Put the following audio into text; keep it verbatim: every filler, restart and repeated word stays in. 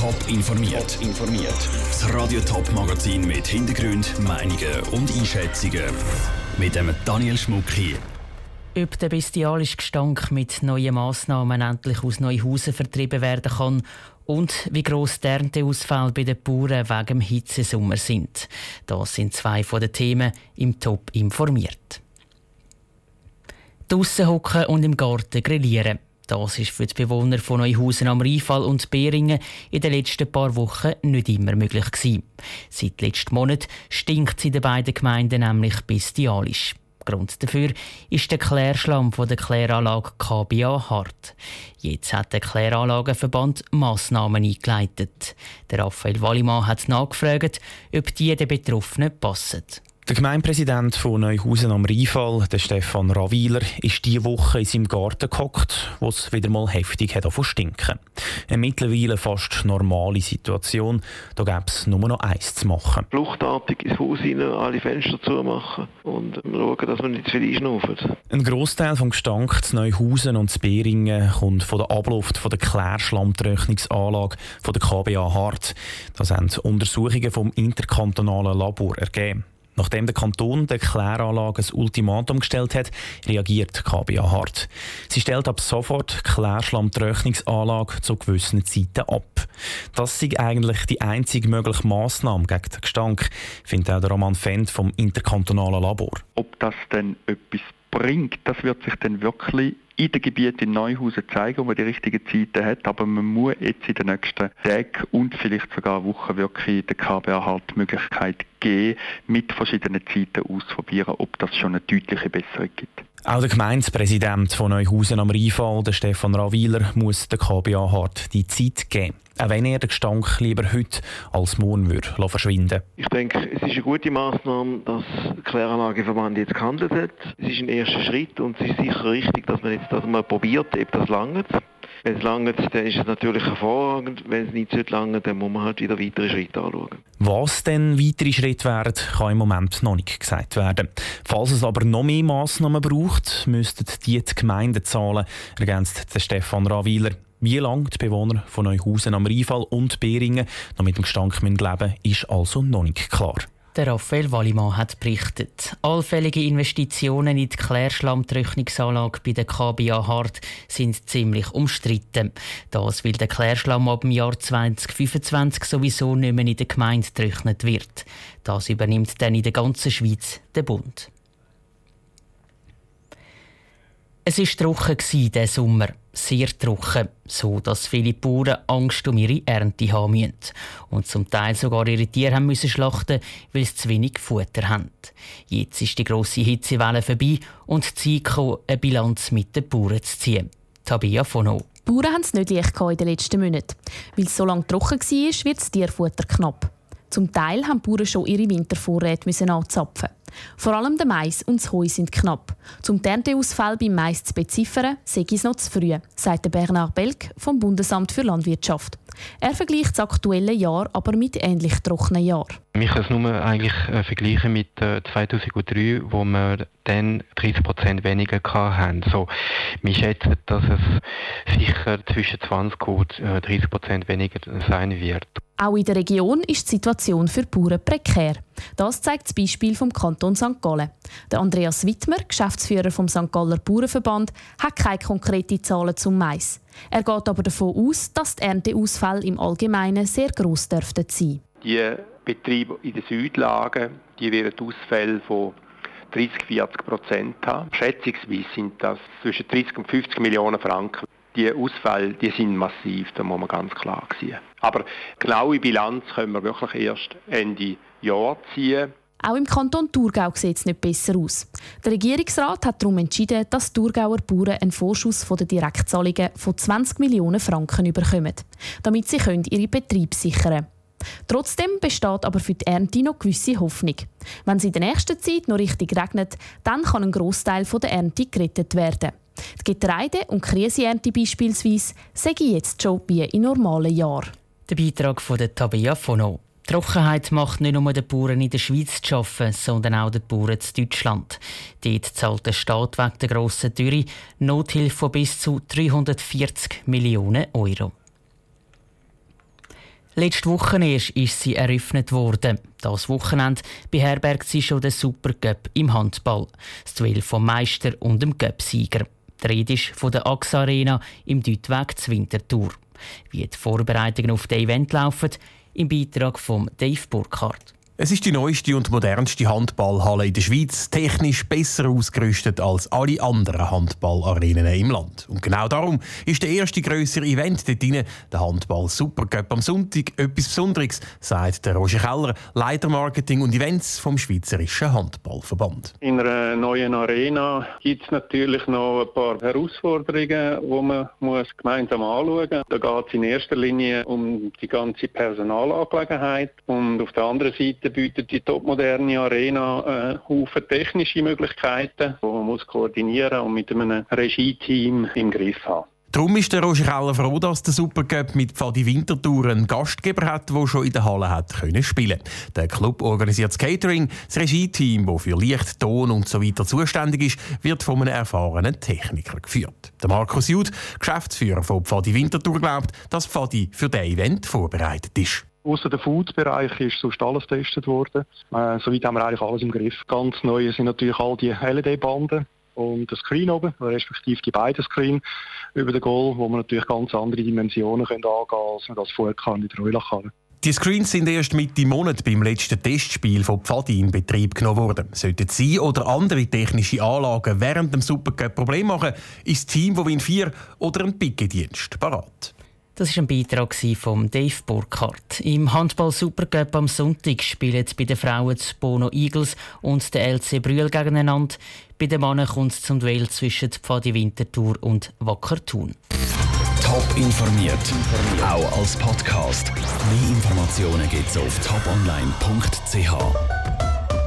Top informiert. informiert. Das Radio Top Magazin mit Hintergrund, Meinungen und Einschätzungen mit dem Daniel Schmuck hier. Ob der bestialische Gestank mit neuen Massnahmen endlich aus Neuhausen vertrieben werden kann und wie gross die Ernteausfälle bei den Bauern wegen dem Hitzesommer sind. Das sind zwei von den Themen im Top informiert. Draussen hocken und im Garten grillieren. Das war für die Bewohner von Neuhausen am Rheinfall und Beringen in den letzten paar Wochen nicht immer möglich gewesen. Seit letzten Monat stinkt es in den beiden Gemeinden nämlich bestialisch. Grund dafür ist der Klärschlamm von der Kläranlage K B A Hart. Jetzt hat der Kläranlagenverband Massnahmen eingeleitet. Der Raphael Wallimann hat nachgefragt, ob die den Betroffenen passen. Der Gemeindepräsident von Neuhausen am Rheinfall, der Stefan Raweiler, ist diese Woche in seinem Garten gehockt, wo es wieder mal heftig hat angefangen zu stinken. Eine mittlerweile fast normale Situation, da gäbe es nur noch eins zu machen. Fluchtartig ins Haus rein, alle Fenster zumachen und schauen, dass man nicht zu viel einschnaufen. Ein Grossteil des Gestanks zu Neuhausen und zu Beringen kommt von der Abluft von der Klärschlammtrocknungsanlage von der K B A Hart. Das haben Untersuchungen vom interkantonalen Labor ergeben. Nachdem der Kanton der Kläranlage ein Ultimatum gestellt hat, reagiert die K B A Hart. Sie stellt ab sofort die Klärschlammtrocknungsanlage zu gewissen Zeiten ab. Das ist eigentlich die einzige mögliche Massnahme gegen den Gestank, findet auch der Roman Fendt vom interkantonalen Labor. Ob das denn etwas bringt, das wird sich dann wirklich in den Gebieten in Neuhausen zeigen, wo man die richtigen Zeiten hat. Aber man muss jetzt in den nächsten Tagen und vielleicht sogar Wochen wirklich der K B A Hart die Möglichkeit geben, mit verschiedenen Zeiten auszuprobieren, ob das schon eine deutliche Besserung gibt. Auch der Gemeindepräsident von Neuhausen am Rheinfall, der Stefan Raweiler, muss der K B A Hart die Zeit geben. Auch wenn er den Gestank lieber heute als morgen würde verschwinden. Ich denke, es ist eine gute Massnahme, dass der Kläranlagenverband jetzt gehandelt hat. Es ist ein erster Schritt und es ist sicher richtig, dass man jetzt das mal probiert, ob das langt. Wenn es langt, dann ist es natürlich hervorragend. Wenn es nicht langt, dann muss man halt wieder weitere Schritte anschauen. Was denn weitere Schritte wären, kann im Moment noch nicht gesagt werden. Falls es aber noch mehr Massnahmen braucht, müssten die die Gemeinden zahlen, ergänzt der Stefan Raweiler. Wie lange die Bewohner von Neuhausen am Rheinfall und Beringen noch mit dem Gestank leben müssen, ist also noch nicht klar. Der Raphael Wallimann hat berichtet. Allfällige Investitionen in die Klärschlammtrocknungsanlage bei der K B A Hart sind ziemlich umstritten. Das, weil der Klärschlamm ab dem Jahr zwanzig fünfundzwanzig sowieso nicht mehr in der Gemeinde getrocknet wird. Das übernimmt dann in der ganzen Schweiz der Bund. Es war trocken diesen Sommer. Sehr trocken, so dass viele Bauern Angst um ihre Ernte haben müssen. Und zum Teil sogar ihre Tiere haben müssen schlachten, weil sie zu wenig Futter haben. Jetzt ist die grosse Hitzewelle vorbei und die Zeit gekommen, eine Bilanz mit den Bauern zu ziehen. Tabea von O. Die Bauern haben es nicht leicht in den letzten Monaten. Weil es so lange trocken war, wird das Tierfutter knapp. Zum Teil haben die Bauern schon ihre Wintervorräte anzapfen. Vor allem der Mais und das Heu sind knapp. Zum Ernteausfall beim Mais zu beziffern, sei es noch zu früh, sagt Bernhard Belk vom Bundesamt für Landwirtschaft. Er vergleicht das aktuelle Jahr aber mit ähnlich trockenen Jahren. Wir können es nur eigentlich äh, vergleichen mit äh, zweitausenddrei, wo wir dann dreißig Prozent weniger hatten. So, wir schätzen, dass es sicher zwischen zwanzig und dreißig Prozent weniger sein wird. Auch in der Region ist die Situation für die Bauern prekär. Das zeigt das Beispiel vom Kanton Sankt Gallen. Der Andreas Wittmer, Geschäftsführer vom Sankt Galler Bauernverband, hat keine konkreten Zahlen zum Mais. Er geht aber davon aus, dass die Ernteausfälle im Allgemeinen sehr gross dürften sein. Die Betriebe in den Südlagen, die werden Ausfälle von dreißig bis vierzig Prozent haben. Schätzungsweise sind das zwischen dreißig und fünfzig Millionen Franken. Die Ausfälle die sind massiv, da muss man ganz klar sehen. Aber genaue Bilanz können wir wirklich erst Ende Jahr ziehen. Auch im Kanton Thurgau sieht es nicht besser aus. Der Regierungsrat hat darum entschieden, dass die Thurgauer Bauern einen Vorschuss von den Direktzahlungen von zwanzig Millionen Franken bekommen, damit sie ihre Betriebe sichern können. Trotzdem besteht aber für die Ernte noch gewisse Hoffnung. Wenn es in der nächsten Zeit noch richtig regnet, dann kann ein Grossteil der Ernte gerettet werden. Die Getreide- und Kreiseernte beispielsweise seien jetzt schon wie in normalen Jahren. Der Beitrag von der Tabea von O. Die Trockenheit macht nicht nur den Bauern in der Schweiz zu arbeiten, sondern auch den Bauern in Deutschland. Dort zahlt der Staat wegen der grossen Dürre Nothilfe von bis zu dreihundertvierzig Millionen Euro. Letzte Woche erst ist sie eröffnet worden. Das Wochenende beherbergt sie schon den Supercup im Handball. Das Duell vom Meister und dem Cup-Sieger. Die Rede ist von der A X A Arena im Deutweg zu Winterthur. Wie die Vorbereitungen auf das Event laufen, im Beitrag von Dave Burkhardt. Es ist die neueste und modernste Handballhalle in der Schweiz, technisch besser ausgerüstet als alle anderen Handballarenen im Land. Und genau darum ist der erste grössere Event dort drin, der Handball-Supercup am Sonntag, etwas Besonderes, sagt der Roger Keller, Leiter Marketing und Events vom Schweizerischen Handballverband. In einer neuen Arena gibt es natürlich noch ein paar Herausforderungen, die man muss gemeinsam anschauen muss. Da geht es in erster Linie um die ganze Personalangelegenheit und auf der anderen Seite bietet die topmoderne Arena äh, Haufen technische Möglichkeiten, die man muss koordinieren und mit einem Regie-Team im Griff haben. Darum ist der Roger Keller froh, dass der Supercup mit Pfadi Winterthur einen Gastgeber hat, der schon in der Halle hat können spielen. Der Club organisiert das Catering, das Regie-Team, das für Licht, Ton und so weiter zuständig ist, wird von einem erfahrenen Techniker geführt. Der Markus Jud, Geschäftsführer von Pfadi Winterthur, glaubt, dass Pfadi für dieses Event vorbereitet ist. Ausser der Food-Bereich ist sonst alles getestet worden. Äh, Soweit haben wir eigentlich alles im Griff. Ganz neu sind natürlich all die L E D-Banden und das Screen oben, respektive die beiden Screen über den Goal, wo man natürlich ganz andere Dimensionen können angehen können, als man das vorher kann in der Rollachhalle. Die Screens sind erst Mitte Monat beim letzten Testspiel von Pfadi in Betrieb genommen worden. Sollten Sie oder andere technische Anlagen während dem Supercup Probleme machen, ist das Team von Win vier oder ein Piquet-Dienst parat. Das war ein Beitrag von Dave Burkhardt. Im Handball-Supercup am Sonntag spielen bei den Frauen die Bono Eagles und der L C Brühl gegeneinander. Bei den Männern kommt es zum Duell zwischen Pfadi Winterthur und Wacker Thun. Top informiert, auch als Podcast. Mehr Informationen gibt es auf top online punkt c h.